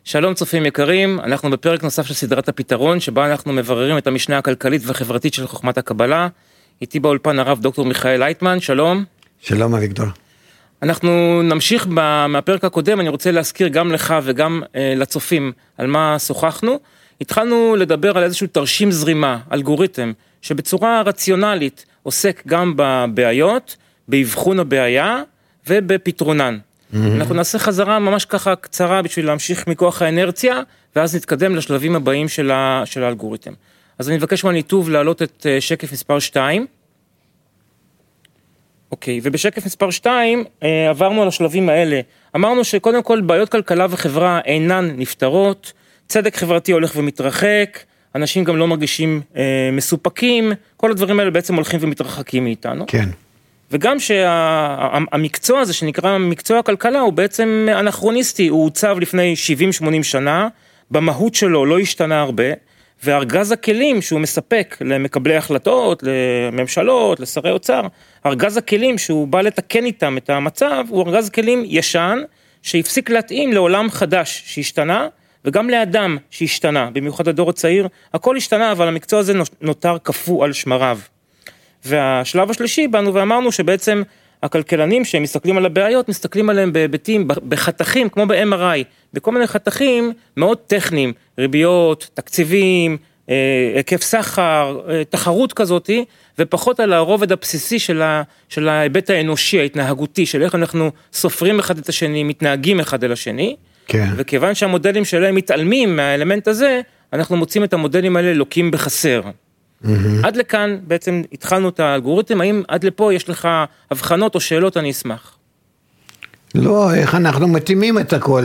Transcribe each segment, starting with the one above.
שלום צופים יקרים, אנחנו בפרק נוסף של סדרת הפתרון, שבה אנחנו מבררים את המשנה הכלכלית והחברתית של חוכמת הקבלה. איתי באולפן הרב דוקטור מיכאל לייטמן, שלום. שלום אביגדור. אנחנו נמשיך מהפרק הקודם, אני רוצה להזכיר גם לך וגם לצופים על מה שוחחנו. התחלנו לדבר על איזשהו תרשים זרימה, אלגוריתם, שבצורה רציונלית עוסק גם בבעיות, באבחון הבעיה ובפתרונן. אנחנו נעשה חזרה ממש ככה קצרה בשביל להמשיך מכוח האנרציה, ואז נתקדם לשלבים הבאים של האלגוריתם. אז אני מבקש מהניתוב להעלות את שקף מספר 2. אוקיי, ובשקף מספר 2 עברנו על השלבים האלה. אמרנו שקודם כל בעיות כלכלה וחברה אינן נפתרות, צדק חברתי הולך ומתרחק, אנשים גם לא מרגישים מסופקים, כל הדברים האלה בעצם הולכים ומתרחקים מאיתנו. כן. וגם שהמקצוע הזה שנקרא מקצוע הכלכלה הוא בעצם אנכרוניסטי, הוא הוצב לפני 70-80 שנה, במהות שלו לא השתנה הרבה, וארגז הכלים שהוא מספק למקבלי החלטות, לממשלות, לשרי אוצר, ארגז הכלים שהוא בא לתקן איתם את המצב, הוא ארגז כלים ישן, שהפסיק להתאים לעולם חדש שהשתנה, וגם לאדם שהשתנה, במיוחד הדור הצעיר, הכל השתנה, אבל המקצוע הזה נותר קפוא על שמריו. והשלב השלישי באנו ואמרנו שבעצם הכלכלנים שהם מסתכלים על הבעיות, מסתכלים עליהם בהיבטים, בחתכים, כמו ב-MRI, בכל מיני חתכים מאוד טכניים, ריביות, תקציבים, היקף סחר, תחרות כזאת, ופחות על הרובד הבסיסי של ההיבט האנושי, ההתנהגותי, של איך אנחנו סופרים אחד את השני, מתנהגים אחד אל השני, כן. וכיוון שהמודלים שלהם מתעלמים מהאלמנט הזה, אנחנו מוצאים את המודלים האלה לוקים בחסר. עד לכאן בעצם התחלנו את האלגוריתם, האם עד לפה יש לך הבחנות או שאלות? אני אשמח. לא, איך אנחנו מתאימים את הכל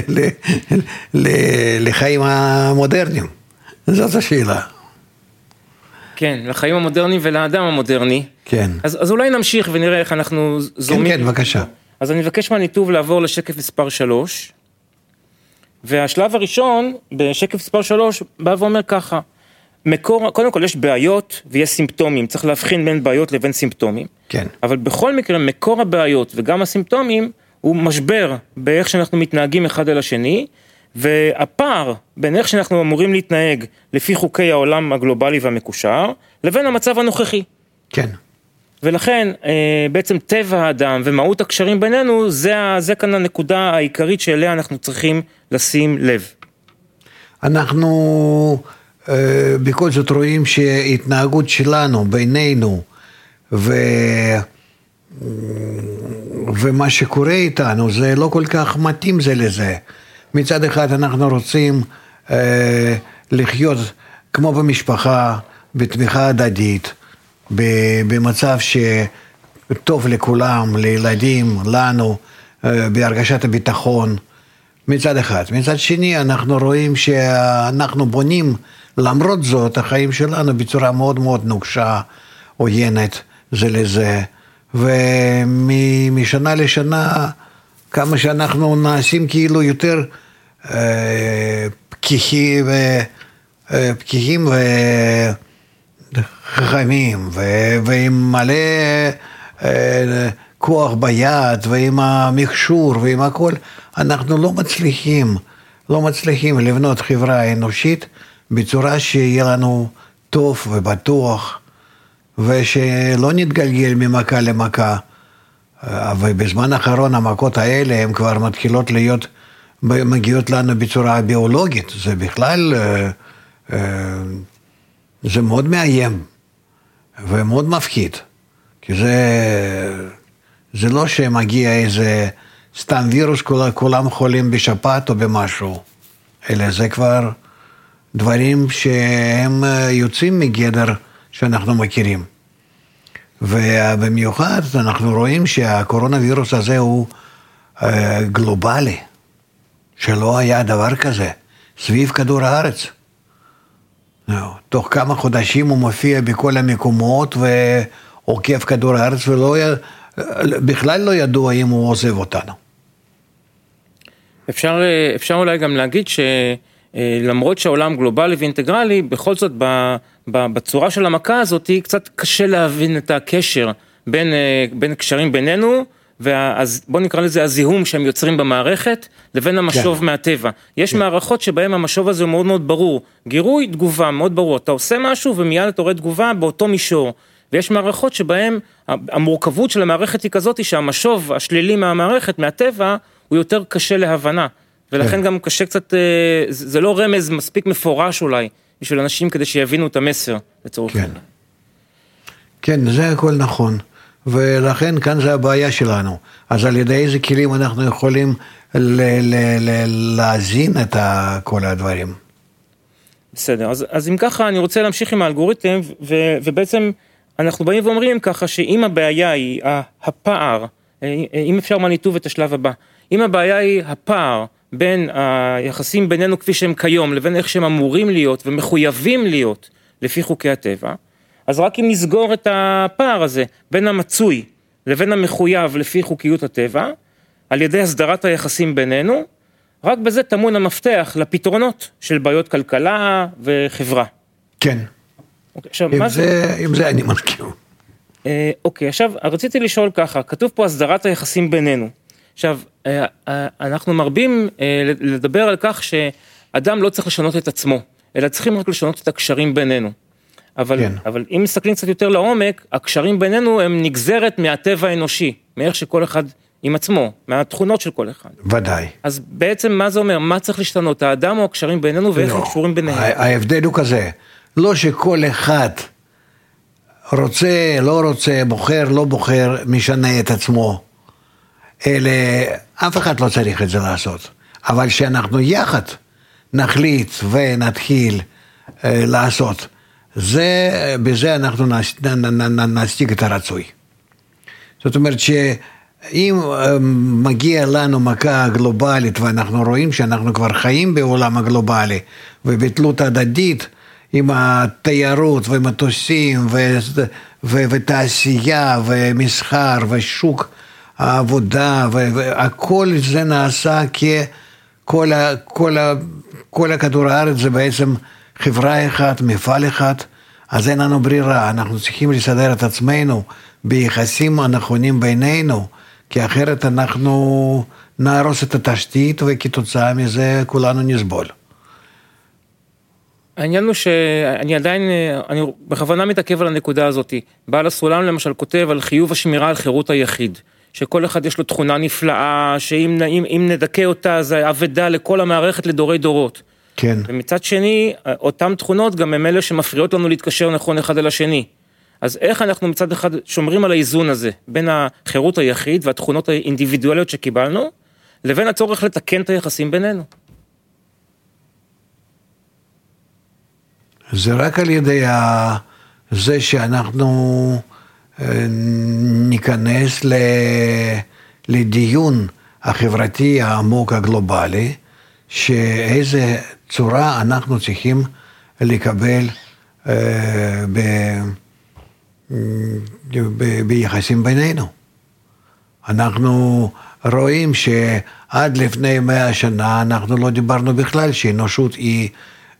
לחיים המודרניים? זאת השאלה. כן, לחיים המודרניים ולאדם המודרני. כן. אז אולי נמשיך ונראה איך אנחנו זורמים. כן, בבקשה. אז אני מבקש מהניתוב לעבור לשקף מספר 3, והשלב הראשון בשקף מספר 3 בא ואומר ככה, קודם כל יש בעיות ויש סימפטומים, צריך להבחין בין בעיות לבין סימפטומים. כן. אבל בכל מקרה, מקור הבעיות וגם הסימפטומים, הוא משבר באיך שאנחנו מתנהגים אחד אל השני, והפער בין איך שאנחנו אמורים להתנהג לפי חוקי העולם הגלובלי והמקושר, לבין המצב הנוכחי. כן. ולכן, בעצם טבע האדם ומהות הקשרים בינינו, זה כאן הנקודה העיקרית שאליה אנחנו צריכים לשים לב. אנחנו בכל זאת רואים שהתנהגות שלנו בינינו ומה שקורה איתנו זה לא כל כך מתאים זה לזה. מצד אחד אנחנו רוצים לחיות כמו במשפחה, בתמיכה הדדית, במצב שטוב לכולם, לילדים, לנו, בהרגשת הביטחון, מצד אחד. מצד שני אנחנו רואים שאנחנו בונים למרות זאת, החיים שלנו בצורה מאוד מאוד נוקשה, עוינת זה לזה, ומשנה לשנה, כמה שאנחנו נעשים כאילו יותר פקיחים וחכמים, ועם מלא כוח ביד, ועם המכשור, ועם הכל, אנחנו לא מצליחים לבנות חברה אנושית, בצורה שיהיה לנו טוב ובטוח, ושלא נתגלגל ממכה למכה. ובזמן האחרון המכות האלה הן כבר מתחילות מגיעות לנו בצורה ביולוגית. זה בכלל, זה מאוד מאיים ומאוד מפחיד. כי זה לא שמגיע איזה סתם וירוס, כולם חולים בשפעת או במשהו, אלא זה כבר דברים שהם יוצאים מגדר שאנחנו מכירים. ובמיוחד אנחנו רואים שהקורונה וירוס הזה הוא גלובלי, שלא היה דבר כזה, סביב כדור הארץ. תוך כמה חודשים הוא מופיע בכל המקומות ועוקף כדור הארץ, בכלל לא ידוע אם הוא עוזב אותנו. אפשר אולי גם להגיד שלמרות שהעולם גלובלי ואינטגרלי, בכל זאת בצורה של המכה הזאת, קצת קשה להבין את הקשר בין קשרים בינינו אז בוא נקרא לזה הזיהום שהם יוצרים במערכת, לבין המשוב מהטבע. יש מערכות שבהם המשוב הזה הוא מאוד מאוד ברור, גירוי, תגובה, מאוד ברור, אתה עושה משהו ומיד אתה רואה תגובה באותו מישור, ויש מערכות שבהם המורכבות של המערכת היא כזאת, שהמשוב השלילי מהמערכת, מהטבע, הוא יותר קשה להבנה, ולכן גם קשה קצת, זה לא רמז מספיק מפורש אולי, בשביל אנשים כדי שיבינו את המסר לצורך העניין. כן, זה הכל נכון. ולכן כאן זה הבעיה שלנו. אז על ידי איזה כלים אנחנו יכולים להזין את כל הדברים. בסדר, אז אם ככה אני רוצה להמשיך עם האלגוריתם, ובעצם אנחנו באים ואומרים ככה שאם הבעיה היא הפער, אם אפשר מה ניתוב את השלב הבא, אם הבעיה היא הפער בין היחסים בינינו כפי שהם כיום, לבין איך שהם אמורים להיות ומחויבים להיות לפי חוקי הטבע, אז רק אם נסגור את הפער הזה בין המצוי לבין המחויב לפי חוקיות הטבע, על ידי הסדרת היחסים בינינו, רק בזה טמון המפתח לפתרונות של בעיות כלכלה וחברה. כן. אוקיי, עכשיו, עם זה אני מסכים. אוקיי, עכשיו רציתי לשאול ככה, כתוב פה הסדרת היחסים בינינו. עכשיו, אנחנו מרבים לדבר על כך שאדם לא צריך לשנות את עצמו, אלא צריכים רק לשנות את הקשרים בינינו. אבל אם מסתכלים קצת יותר לעומק, הקשרים בינינו הם נגזרת מהטבע האנושי, מאיך שכל אחד עם עצמו, מהתכונות של כל אחד. ודאי. אז בעצם מה זה אומר? מה צריך להשתנות? האדם או הקשרים בינינו ואיך הם קשורים ביניהם? ההבדל הוא כזה, לא שכל אחד רוצה, לא רוצה, בוחר, לא בוחר, משנה את עצמו, אלא אף אחד לא צריך את זה לעשות. אבל שאנחנו יחד נחליט ונתחיל לעשות, בזה אנחנו נשיג את הרצוי. זאת אומרת שאם מגיע לנו מכה גלובלית, ואנחנו רואים שאנחנו כבר חיים בעולם הגלובלי, ובתלות הדדית, עם התיירות ומטוסים ותעשייה ומסחר ושוק העבודה, והכל זה נעשה כל הכדור הארץ זה בעצם חברה אחת, מפעל אחד, אז אין לנו ברירה, אנחנו צריכים לסדר את עצמנו ביחסים הנכונים בינינו, כי אחרת אנחנו נהרוס את התשתית וכתוצאה מזה כולנו נסבול. העניין הוא שאני עדיין, אני בכוונה מתעכב על הנקודה הזאת. בעל הסולם למשל כותב על חיוב השמירה על חירות היחיד, שכל אחד יש לו תכונה נפלאה, שאם נדכא אותה זה אבדה לכל המערכת לדורי דורות. כן. ומצד שני, אותם תכונות גם הם אלה שמפריעות לנו להתקשר נכון אחד אל השני. אז איך אנחנו מצד אחד שומרים על האיזון הזה, בין החירות היחיד והתכונות האינדיבידואליות שקיבלנו, לבין הצורך לתקן את היחסים בינינו? זה רק על ידי זה שאנחנו ניכנס לדיון החברתי העמוק הגלובלי, שאיזה צורה אנחנו צריכים לקבל ביחסים בינינו. אנחנו רואים שעד לפני 100 שנה אנחנו לא דיברנו בכלל שאנושות היא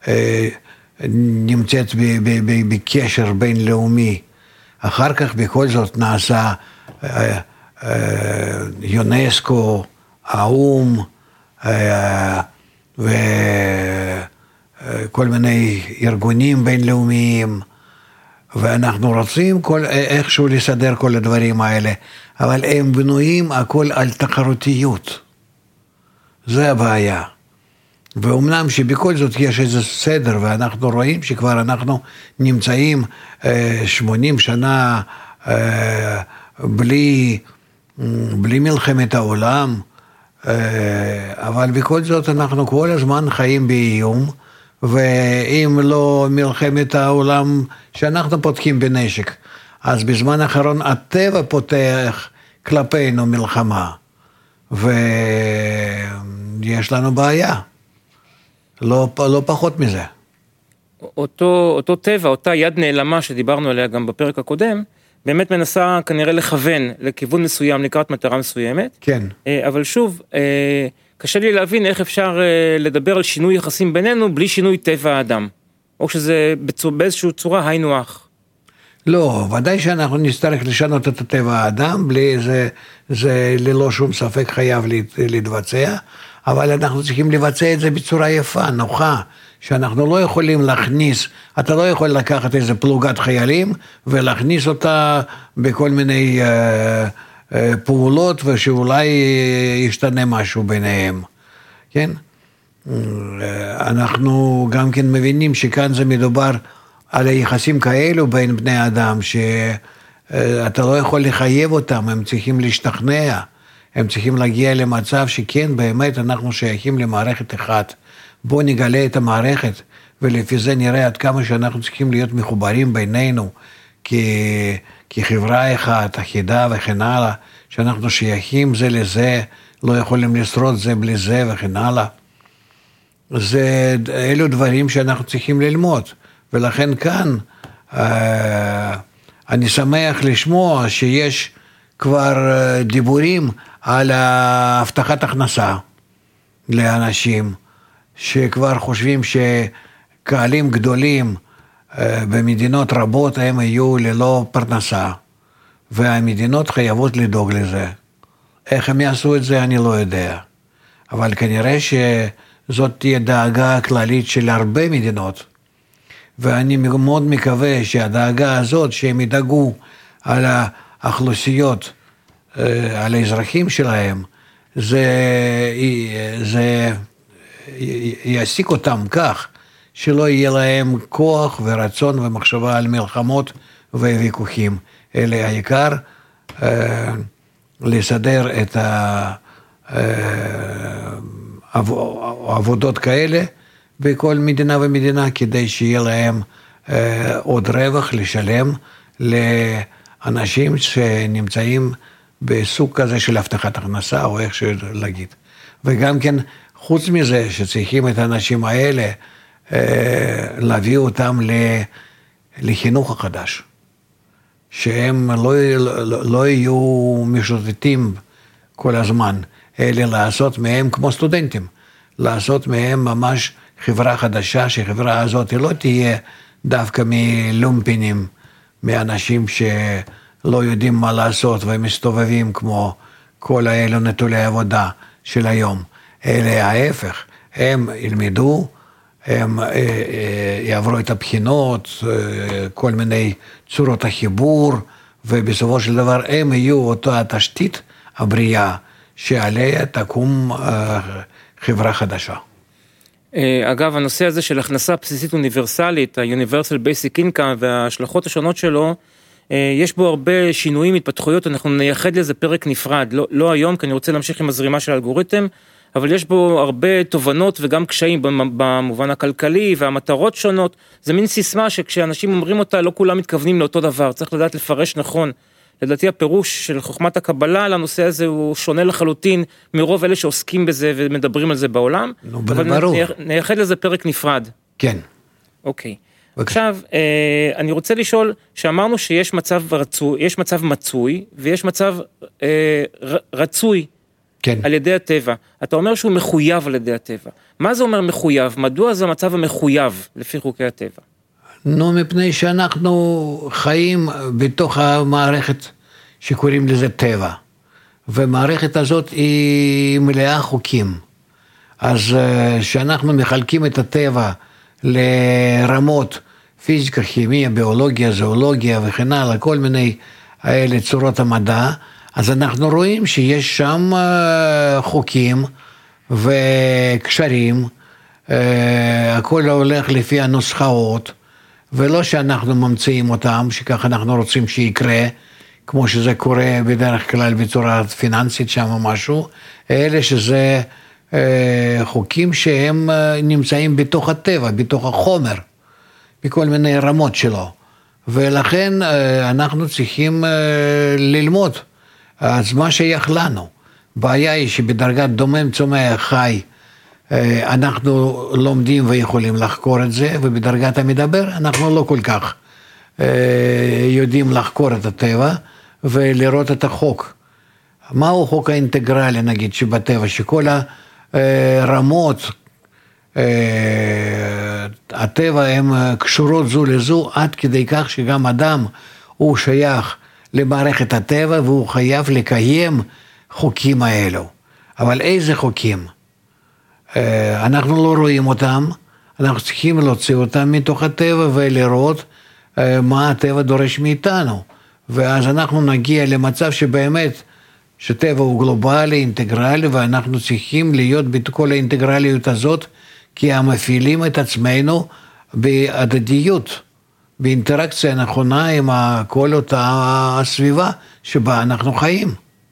נמצאת בקשר בינלאומי. אחר כך בכל זאת נעשה יונסקו, האום, וכל מיני ארגונים בינלאומיים, ואנחנו רוצים איכשהו לסדר כל הדברים האלה, אבל הם בנויים הכל על תחרותיות. זה הבעיה. ואומנם שבכל זאת יש איזה סדר, ואנחנו רואים שכבר אנחנו נמצאים 80 שנה בלי מלחמת העולם, אבל בכל זאת אנחנו כל הזמן חיים באיום, ואם לא מלחמת העולם שאנחנו פותחים בנשק, אז בזמן האחרון הטבע פותח כלפינו מלחמה, ויש לנו בעיה. לא פחות מזה. אותו טבע, אותה יד נעלמה שדיברנו עליה גם בפרק הקודם, באמת מנסה כנראה לכוון לכיוון מסוים, לקראת מטרה מסוימת. כן. אבל שוב, קשה לי להבין איך אפשר לדבר על שינוי יחסים בינינו, בלי שינוי טבע האדם. או שזה באיזושהי צורה היינו הך. לא, ודאי שאנחנו נצטרך לשנות את הטבע האדם, זה ללא שום ספק חייב להתבצע, אבל אנחנו צריכים לבצע את זה בצורה יפה, נוחה, שאנחנו לא יכולים להכניס, אתה לא יכול לקחת איזה פלוגת חיילים, ולהכניס אותה בכל מיני פעולות, ושאולי ישתנה משהו ביניהם, כן? אנחנו גם כן מבינים שכאן זה מדובר על היחסים כאלו בין בני אדם, שאתה לא יכול לחייב אותם, הם צריכים להשתכנע, הם צריכים להגיע למצב שכן, באמת אנחנו שייכים למערכת אחת. בוא נגלה את המערכת, ולפי זה נראה עד כמה שאנחנו צריכים להיות מחוברים בינינו, כחברה אחת, אחידה וכן הלאה, שאנחנו שייכים זה לזה, לא יכולים לשרוד זה בלי זה וכן הלאה. אלו דברים שאנחנו צריכים ללמוד, ולכן כאן אני שמח לשמוע שיש כבר דיבורים על הבטחת הכנסה לאנשים, שכבר חושבים שקהלים גדולים במדינות רבות הם יהיו ללא פרנסה, והמדינות חייבות לדאוג לזה. איך הם יעשו את זה אני לא יודע, אבל כנראה שזאת תהיה דאגה כללית של הרבה מדינות, ואני מאוד מקווה שהדאגה הזאת שהם ידאגו על האוכלוסיות, על האזרחים שלהם, זה יעסיק אותם כך שלא יהיה להם כוח ורצון ומחשבה על מלחמות וויכוחים, אלא העיקר לסדר את העבודות כאלה בכל מדינה ומדינה, כדי שיהיה להם עוד רווח לשלם לאנשים שנמצאים בסוג כזה של הבטחת הכנסה, או איך להגיד. וגם כן, חוץ מזה שצריכים את האנשים האלה, להביא אותם לחינוך החדש, שהם לא יהיו משוטטים כל הזמן, אלא לעשות מהם כמו סטודנטים, לעשות מהם ממש חברה חדשה, שחברה הזאת לא תהיה דווקא מלומפינים, מאנשים שלא יודעים מה לעשות ומסתובבים כמו כל האלו נטולי עבודה של היום, אלא ההפך, הם ילמדו, הם יעברו את הבחינות, כל מיני צורות החיבור, ובסופו של דבר הם יהיו אותה התשתית הבריאה, שעליה תקום חברה חדשה. אגב, הנושא הזה של הכנסה בסיסית אוניברסלית, ה-Universal Basic Income וההשלכות השונות שלו, יש בו הרבה שינויים, התפתחויות, אנחנו נייחד לזה פרק נפרד, לא היום, כי אני רוצה להמשיך עם הזרימה של האלגוריתם, אבל יש בו הרבה תובנות וגם קשיים במובן הכלכלי והמטרות שונות. זה מין סיסמה שכשאנשים אומרים אותה, לא כולם מתכוונים לאותו דבר, צריך לדעת לפרש נכון. לדעתי הפירוש של חוכמת הקבלה על הנושא הזה הוא שונה לחלוטין מרוב אלה שעוסקים בזה ומדברים על זה בעולם. אבל נייחד לזה פרק נפרד. כן. אוקיי. עכשיו, אני רוצה לשאול, שאמרנו שיש מצב מצוי ויש מצב רצוי. כן. על ידי הטבע. אתה אומר שהוא מחויב על ידי הטבע. מה זה אומר מחויב? מדוע זה המצב המחויב לפי חוקי הטבע? נו, מפני שאנחנו חיים בתוך המערכת שקוראים לזה טבע. והמערכת הזאת היא מלאה חוקים. אז שאנחנו מחלקים את הטבע לרמות פיזיקה, כימיה, ביולוגיה, זואולוגיה וכן הלאה, כל מיני האלה צורות המדע, אז אנחנו רואים שיש שם חוקים וקשרים, הכל הולך לפי הנוסחאות, ולא שאנחנו ממציאים אותם, שכך אנחנו רוצים שיקרה, כמו שזה קורה בדרך כלל בצורה פיננסית שם או משהו, אלה שזה חוקים שהם נמצאים בתוך הטבע, בתוך החומר, בכל מיני רמות שלו, ולכן אנחנו צריכים ללמוד. אז מה שייך לנו, בעיה היא שבדרגת דומם צומח חי, אנחנו לומדים ויכולים לחקור את זה, ובדרגת המדבר אנחנו לא כל כך יודעים לחקור את הטבע, ולראות את החוק. מהו חוק האינטגרלי, נגיד, שבטבע, שכל הרמות, הטבע הן קשורות זו לזו, עד כדי כך שגם אדם הוא שייך למערכת הטבע והוא חייב לקיים חוקים האלו. אבל איזה חוקים? אנחנו לא רואים אותם, אנחנו צריכים להוציא אותם מתוך הטבע ולראות מה הטבע דורש מאיתנו. ואז אנחנו נגיע למצב שבאמת שטבע הוא גלובלי, אינטגרלי, ואנחנו צריכים להיות בכל האינטגרליות הזאת, כי הם מפעילים את עצמנו בהדדיות, באינטראקציה נכונה עם כל אותה הסביבה שבה אנחנו חיים.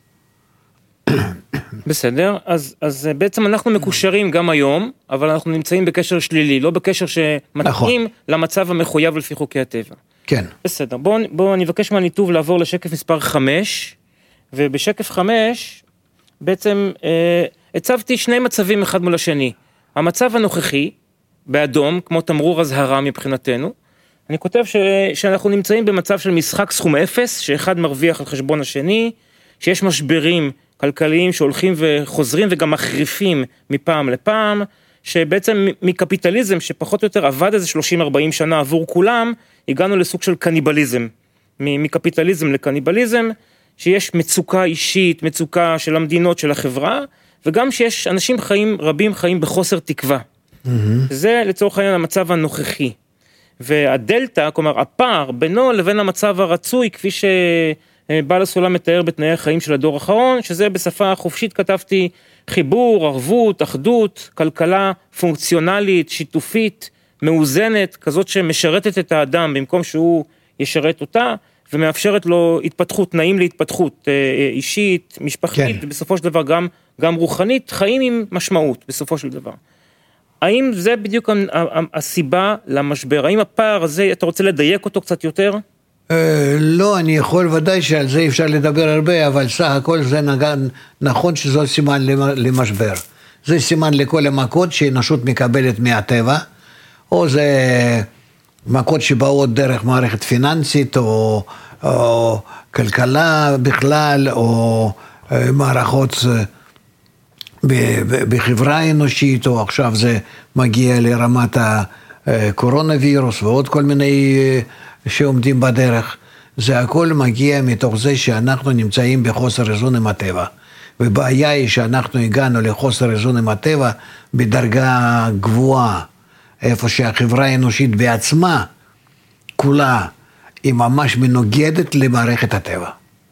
בסדר, אז בעצם אנחנו מקושרים גם היום, אבל אנחנו נמצאים בקשר שלילי, לא בקשר שמתאים למצב המחויב לפי חוקי הטבע. כן. בסדר, בואו אני אבקש מהניתוב לעבור לשקף מספר 5, ובשקף 5 בעצם הצבתי שני מצבים אחד מול השני. המצב הנוכחי, באדום, כמו תמרור הזהרה מבחינתנו, אני כותב שאנחנו נמצאים במצב של משחק סכום אפס, שאחד מרוויח על חשבון השני, שיש משברים כלכליים שהולכים וחוזרים וגם מחריפים מפעם לפעם, שבעצם מקפיטליזם שפחות או יותר עבד איזה 30-40 שנה עבור כולם, הגענו לסוג של קניבליזם. מקפיטליזם לקניבליזם, שיש מצוקה אישית, מצוקה של המדינות, של החברה, וגם שיש אנשים רבים חיים בחוסר תקווה. זה לצורך העניין המצב הנוכחי. והדלטה, כלומר הפער בינו לבין המצב הרצוי, כפי שבעל הסולם מתאר בתנאי החיים של הדור האחרון, שזה בשפה חופשית כתבתי חיבור, ערבות, אחדות, כלכלה פונקציונלית, שיתופית, מאוזנת, כזאת שמשרתת את האדם במקום שהוא ישרת אותה, ומאפשרת לו התפתחות, תנאים להתפתחות אישית, משפחתית, כן. בסופו של דבר גם רוחנית, חיים עם משמעות בסופו של דבר. האם זה בדיוק הסיבה למשבר? האם הפער הזה, אתה רוצה לדייק אותו קצת יותר? לא, אני יכול ודאי שעל זה אפשר לדבר הרבה, אבל סך הכל זה נכון שזו סימן למשבר. זה סימן לכל המכות שהאנושות מקבלת מהטבע, או זה מכות שבאות דרך מערכת פיננסית, או כלכלה בכלל, או מערכות בחברה האנושית, או עכשיו זה מגיע לרמת הקורונה וירוס, ועוד כל מיני שעומדים בדרך. זה הכל מגיע מתוך זה שאנחנו נמצאים בחוסר איזון עם הטבע. ובעיה היא שאנחנו הגענו לחוסר איזון עם הטבע בדרגה גבוהה, איפה שהחברה האנושית בעצמה, כולה, היא ממש מנוגדת למערכת הטבע.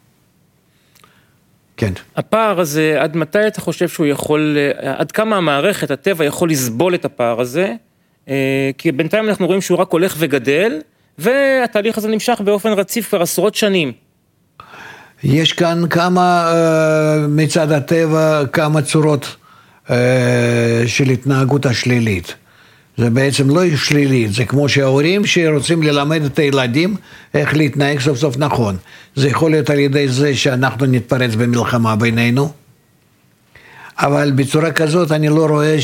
כן. הפער הזה, עד מתי אתה חושב שהוא יכול, עד כמה המערכת, הטבע יכול לסבול את הפער הזה? כי בינתיים אנחנו רואים שהוא רק הולך וגדל, והתהליך הזה נמשך באופן רציף כבר עשרות שנים. יש כאן כמה, מצד הטבע, כמה צורות של התנהגות השלילית. זה בעצם לא שלילית, זה כמו שההורים שרוצים ללמד את הילדים איך להתנהג סוף סוף נכון. זה יכול להיות על ידי זה שאנחנו נתפרץ במלחמה בינינו, אבל בצורה כזאת אני לא רואה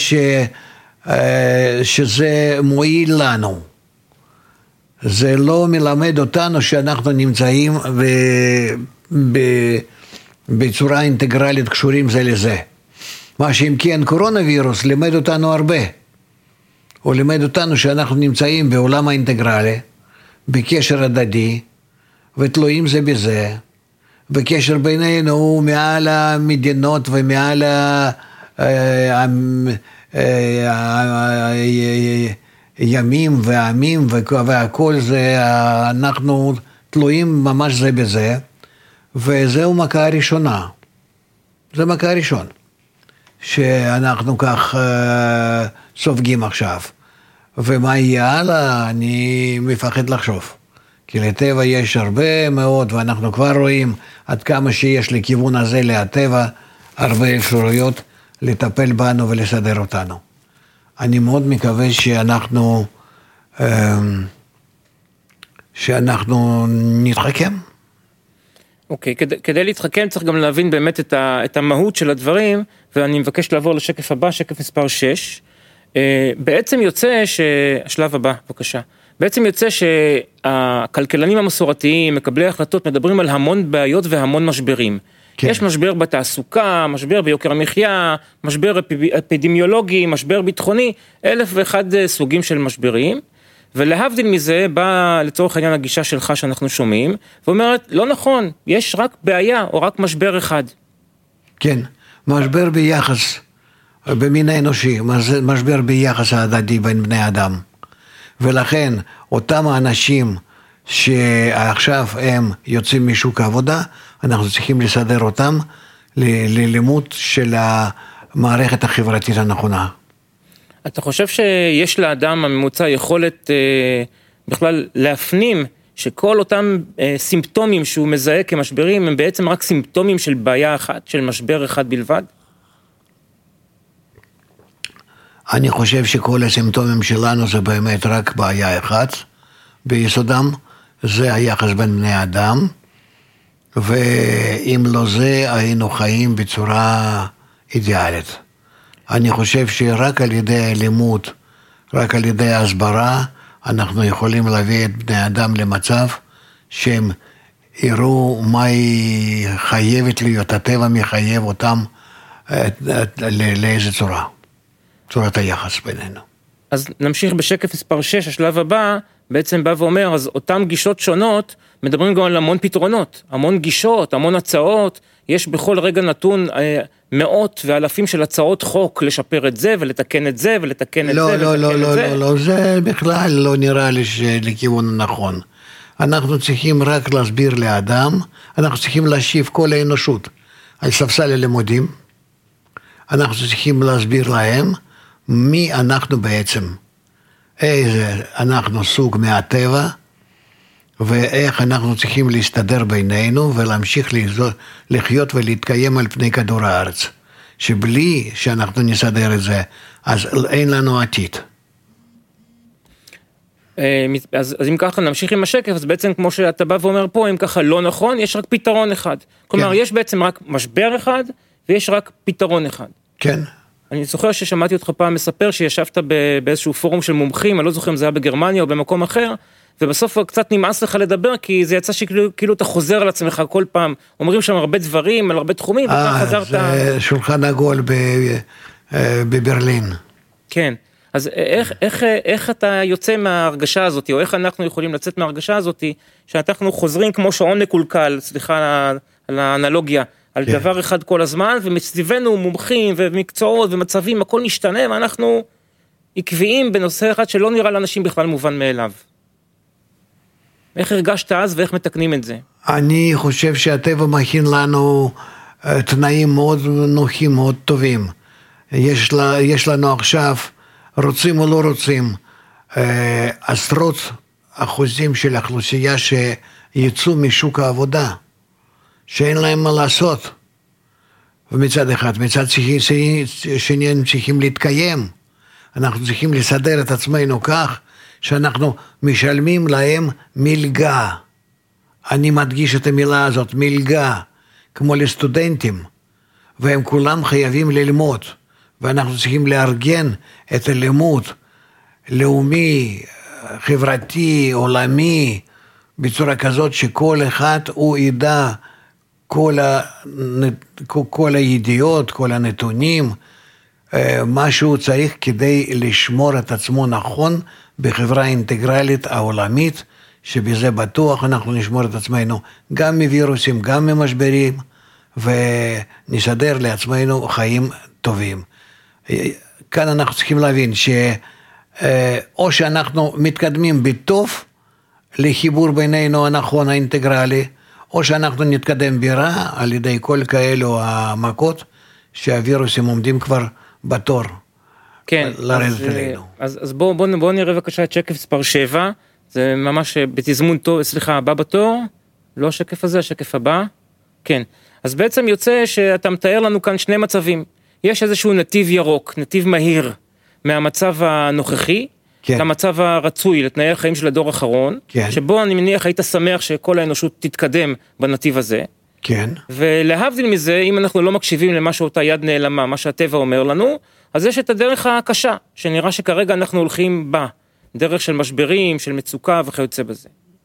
שזה מועיל לנו. זה לא מלמד אותנו שאנחנו נמצאים בצורה אינטגרלית קשורים זה לזה. מה שאם כן קורונה וירוס לימד אותנו הרבה. הוא לימד אותנו שאנחנו נמצאים בעולם האינטגרלי, בקשר הדדי, ותלויים זה בזה, וקשר בינינו הוא מעל המדינות ומעל הימים והעמים והכל זה, אנחנו תלויים ממש זה בזה, וזהו מכה הראשונה. זה מכה הראשון, שאנחנו כך סופגים עכשיו. ומה יהיה הלאה, אני מפחד לחשוב. כי לטבע יש הרבה מאוד, ואנחנו כבר רואים עד כמה שיש לכיוון הזה להטבע, הרבה אפשרויות לטפל בנו ולסדר אותנו. אני מאוד מקווה שאנחנו נתחכם. אוקיי, כדי להתחכם צריך גם להבין באמת את המהות של הדברים, ואני מבקש לעבור לשקף הבא, שקף מספר 6. בעצם יוצא השלב הבא, בבקשה. בעצם יוצא שהכלכלנים המסורתיים, מקבלי החלטות, מדברים על המון בעיות והמון משברים. כן. יש משבר בתעסוקה, משבר ביוקר המחיה, משבר אפידמיולוגי, משבר ביטחוני, 1,001 סוגים של משברים, ולהבדיל מזה, באה לצורך העניין הגישה שלך שאנחנו שומעים, ואומרת, לא נכון, יש רק בעיה או רק משבר אחד. כן, משבר ביחס, במין האנושי, משבר ביחס ההדדי בין בני אדם. ולכן, אותם האנשים שעכשיו הם יוצאים משוק העבודה, אנחנו צריכים לסדר אותם ללימוד של המערכת החברתית הנכונה. אתה חושב שיש לאדם הממוצע יכולת בכלל להפנים שכל אותם סימפטומים שהוא מזהה כמשברים הם בעצם רק סימפטומים של בעיה אחת, של משבר אחד בלבד? אני חושב שכל הסימפטומים שלנו זה באמת רק בעיה אחת ביסודם, זה היחס בין בני אדם, ואם לא זה היינו חיים בצורה אידיאלית. אני חושב שרק על ידי לימוד, רק על ידי הסברה, אנחנו יכולים להביא את בני אדם למצב שהם יראו מה היא חייבת להיות, הטבע מחייב אותם לאיזה צורה, צורת היחס בינינו. אז נמשיך בשקף מספר 6, השלב הבא בעצם בא ואומר, אז אותם גישות שונות, מדברים גם על המון פתרונות, המון גישות, המון הצעות, יש בכל רגע נתון מאות ואלפים של הצעות חוק לשפר את זה ולתקן את זה ולתקן את זה ולתקן את זה. לא, זה בכלל לא נראה לי לכיוון הנכון. אנחנו צריכים רק להסביר לאדם, אנחנו צריכים להשיב כל האנושות על ספסל הלימודים, אנחנו צריכים להסביר להם מי אנחנו בעצם, איזה אנחנו סוג מהטבע, ואיך אנחנו צריכים להסתדר בינינו ולהמשיך לחיות ולהתקיים על פני כדור הארץ. שבלי שאנחנו נסדר את זה, אז אין לנו עתיד. אז אם ככה נמשיך עם השקף, אז בעצם כמו שאתה בא ואומר פה, אם ככה לא נכון, יש רק פתרון אחד. כלומר, יש בעצם רק משבר אחד, ויש רק פתרון אחד. כן. אני זוכר ששמעתי אותך פעם מספר שישבת באיזשהו פורום של מומחים, אני לא זוכר אם זה היה בגרמניה או במקום אחר, ובסוף קצת נמאס לך לדבר, כי זה יצא שכאילו אתה חוזר על עצמך כל פעם, אומרים שם הרבה דברים, על הרבה תחומים, ואתה חזרת... זה שולחן עגול בברלין. כן, אז איך אתה יוצא מההרגשה הזאת, או איך אנחנו יכולים לצאת מההרגשה הזאת, שאנחנו חוזרים כמו שעון מקולקל, סליחה על האנלוגיה, על דבר אחד כל הזמן, ומסביבנו מומחים ומקצועות ומצבים, הכל נשתנה, ואנחנו עקביים בנושא אחד שלא נראה לאנשים בכלל מובן מאליו. איך הרגשת אז ואיך מתקנים את זה? אני חושב שהטבע מכין לנו תנאים מאוד נוחים, מאוד טובים. יש לנו עכשיו, רוצים או לא רוצים, עשרות אחוזים של האוכלוסייה שיצאו משוק העבודה, שאין להם מה לעשות. ומצד אחד, מצד שני הם צריכים להתקיים. אנחנו צריכים לסדר את עצמנו כך, שאנחנו משלמים להם מלגה. אני מדגיש את המילה הזאת, מלגה, כמו לסטודנטים, והם כולם חייבים ללמוד, ואנחנו צריכים לארגן את הלימוד לאומי, חברתי, עולמי, בצורה כזאת שכל אחד הוא ידע כל הידיעות, כל הנתונים, מה שהוא צריך כדי לשמור את עצמו נכון בחברה אינטגרלית העולמית, שבזה בטוח אנחנו נשמור את עצמנו גם מווירוסים, גם ממשברים, ונסדר לעצמנו חיים טובים. כאן אנחנו צריכים להבין או שאנחנו מתקדמים בטוב לחיבור בינינו הנכון האינטגרלי, או שאנחנו נתקדם ברע על ידי כל כאלו המכות שהווירוסים עומדים כבר בתור. כן, אז בואו נראה בבקשה את שקף מספר 7, זה ממש בתזמון טוב, סליחה, הבא בתור, לא השקף הזה, השקף הבא, כן. אז בעצם יוצא שאתה מתאר לנו כאן שני מצבים, יש איזשהו נתיב ירוק, נתיב מהיר, מהמצב הנוכחי, כן. למצב הרצוי, לתנאי החיים של הדור האחרון, כן. שבו אני מניח היית שמח שכל האנושות תתקדם בנתיב הזה, כן. ולהבדיל מזה, אם אנחנו לא מקשיבים למה שאותה יד נעלמה, מה שהטבע אומר לנו, אז יש את הדרך הקשה, שנראה שכרגע אנחנו הולכים בה, דרך של משברים, של מצוקה וכיוצא בזה.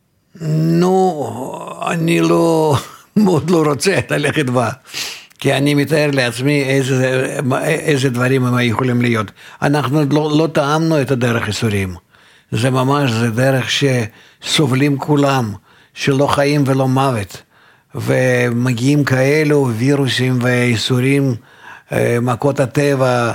נו, אני מאוד לא רוצה ללכת בה, כי אני מתאר לעצמי איזה דברים הם יכולים להיות. אנחנו לא טעמנו את הדרך ייסורים, זה ממש, זה דרך שסובלים כולם, שלא חיים ולא מוות, ומגיעים כאלו וירוסים ואיסורים, מכות הטבע,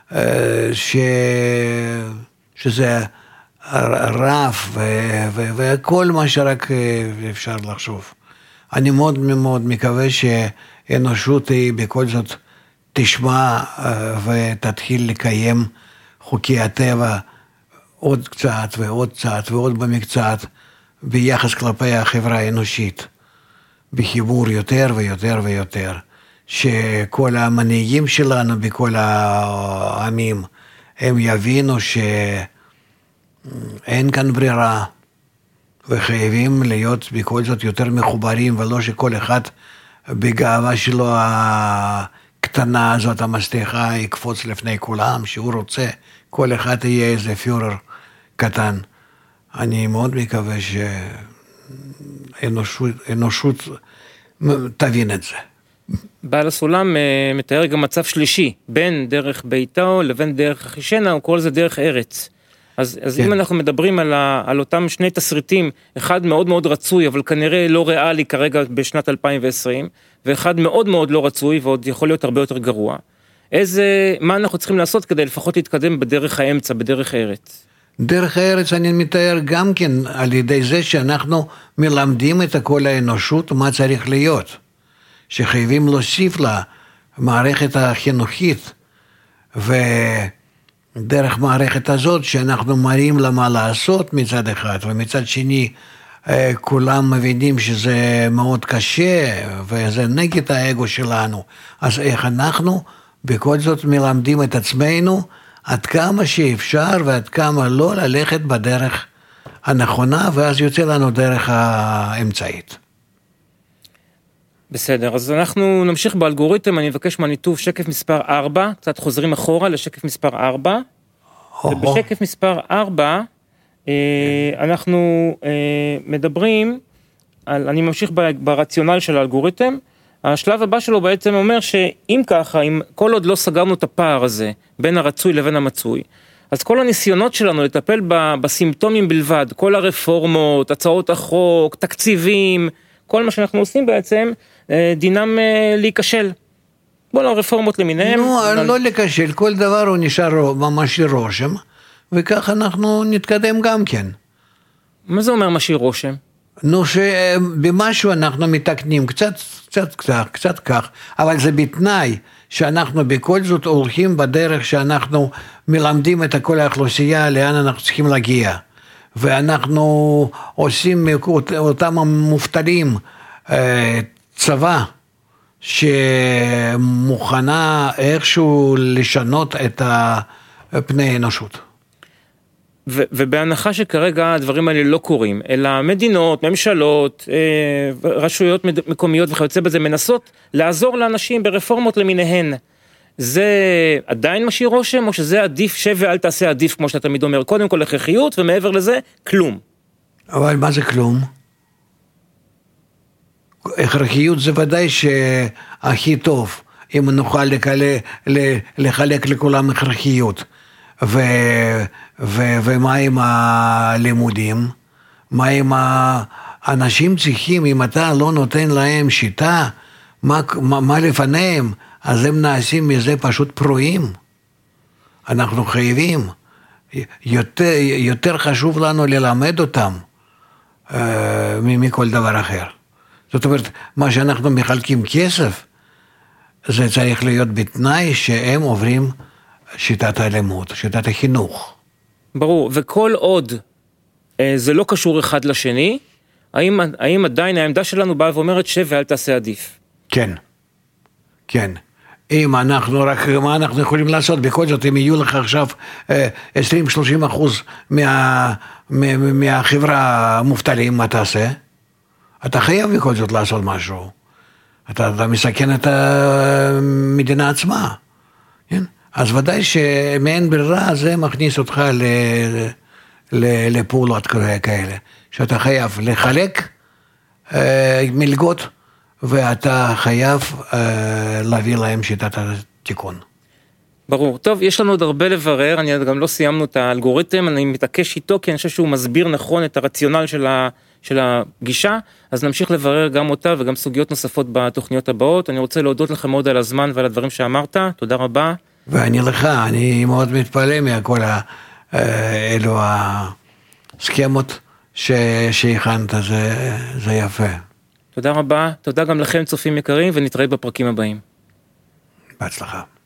שזה רף וכל מה שרק אפשר לחשוב. אני מאוד מאוד מקווה שאנושות היא בכל זאת תשמע ותתחיל לקיים חוקי הטבע עוד קצת ועוד קצת ועוד במקצת ביחס כלפי החברה האנושית, בחיבור יותר ויותר ויותר, שכל המנהיגים שלנו בכל העמים הם יבינו שאין כאן ברירה וחייבים להיות בכל זאת יותר מחוברים, ולא שכל אחד בגאווה שלו הקטנה הזאת המסתיחה יקפוץ לפני כולם שהוא רוצה, כל אחד יהיה איזה פיורר קטן. אני מאוד מקווה שאנושות תבין את זה. בעל הסולם מתאר גם מצב שלישי, בין דרך ביתו לבין דרך אחישנה, הוא קורא לזה דרך ארץ. אז כן. אם אנחנו מדברים על אותם שני תסריטים, אחד מאוד מאוד רצוי, אבל כנראה לא ריאלי כרגע בשנת 2020, ואחד מאוד מאוד לא רצוי, ועוד יכול להיות הרבה יותר גרוע. מה אנחנו צריכים לעשות כדי לפחות להתקדם בדרך האמצע, בדרך ארץ? דרך הארץ אני מתאר גם כן על ידי זה שאנחנו מלמדים את כל האנושות מה צריך להיות. שחייבים להוסיף למערכת החינוכית, ודרך מערכת הזאת שאנחנו מראים לה מה לעשות מצד אחד, ומצד שני כולם מבינים שזה מאוד קשה, וזה נגד האגו שלנו. אז איך אנחנו בכל זאת מלמדים את עצמנו, עד כמה שאפשר ועד כמה לא ללכת בדרך הנכונה, ואז יוצא לנו דרך האמצעית. בסדר, אז אנחנו נמשיך באלגוריתם, אני מבקש מהניתוב שקף מספר 4, קצת חוזרים אחורה לשקף מספר 4, ובשקף מספר 4 אנחנו מדברים, אני ממשיך ברציונל של האלגוריתם, השלב הבא שלו בעצם אומר שאם ככה, אם כל עוד לא סגרנו את הפער הזה, בין הרצוי לבין המצוי, אז כל הניסיונות שלנו לטפל בסימפטומים בלבד, כל הרפורמות, הצעות החוק, תקציבים, כל מה שאנחנו עושים בעצם, דינם להיכשל. בוא לא, רפורמות למיניהם. לא להיכשל, כל דבר הוא נשאר ממש רושם, וכך אנחנו נתקדם גם כן. מה זה אומר משאיר רושם? שבמשהו אנחנו מתקנים, קצת כך, אבל זה בתנאי שאנחנו בכל זאת הולכים בדרך שאנחנו מלמדים את כל האוכלוסייה לאן אנחנו צריכים להגיע. ואנחנו עושים אותם המובטלים צבא שמוכנה איכשהו לשנות את פני האנושות. ובהנחה שכרגע הדברים האלה לא קורים, אלא מדינות, ממשלות, רשויות מקומיות וכיוצא בזה מנסות לעזור לאנשים ברפורמות למיניהן, זה עדיין משאיר רושם, או שזה עדיף שב ואל תעשה עדיף, כמו שאתה תמיד אומר, קודם כל הכרחיות, ומעבר לזה, כלום. אבל מה זה כלום? הכרחיות זה ודאי שהכי טוב, אם נוכל לחלק לכולם הכרחיות. ומה עם הלימודים? מה עם האנשים צריכים, אם אתה לא נותן להם שיטה, מה לפניהם? אז הם נעשים מזה פשוט פרועים. אנחנו חייבים, יותר חשוב לנו ללמד אותם מכל דבר אחר. זאת אומרת, מה שאנחנו מחלקים כסף, זה צריך להיות בתנאי שהם עוברים שיטת הלימוד, שיטת החינוך. ברור, וכל עוד זה לא קשור אחד לשני, האם עדיין העמדה שלנו באה ואומרת שב ואל תעשה עדיף? כן, כן. אם אנחנו רק, מה אנחנו יכולים לעשות? בכל זאת, אם יהיו לך עכשיו 20-30% מהחברה מובטלים, מה תעשה? אתה חייב בכל זאת לעשות משהו. אתה מסכן את המדינה עצמה. כן? אז ודאי שמאין ברירה, זה מכניס אותך לפעולות כאלה. שאתה חייב לחלק מלגות, ואתה חייב להביא להם שיטת התיקון. ברור. טוב, יש לנו עוד הרבה לברר, אני גם לא סיימנו את האלגוריתם, אני מתעקש איתו, כי אני חושב שהוא מסביר נכון את הרציונל של הגישה, אז נמשיך לברר גם אותה וגם סוגיות נוספות בתוכניות הבאות. אני רוצה להודות לכם מאוד על הזמן ועל הדברים שאמרת, תודה רבה. ואני לך, אני מאוד מתפלא מכל אלו הסכמות שהכנת, זה יפה. תודה רבה, תודה גם לכם צופים יקרים, ונתראה בפרקים הבאים. בהצלחה.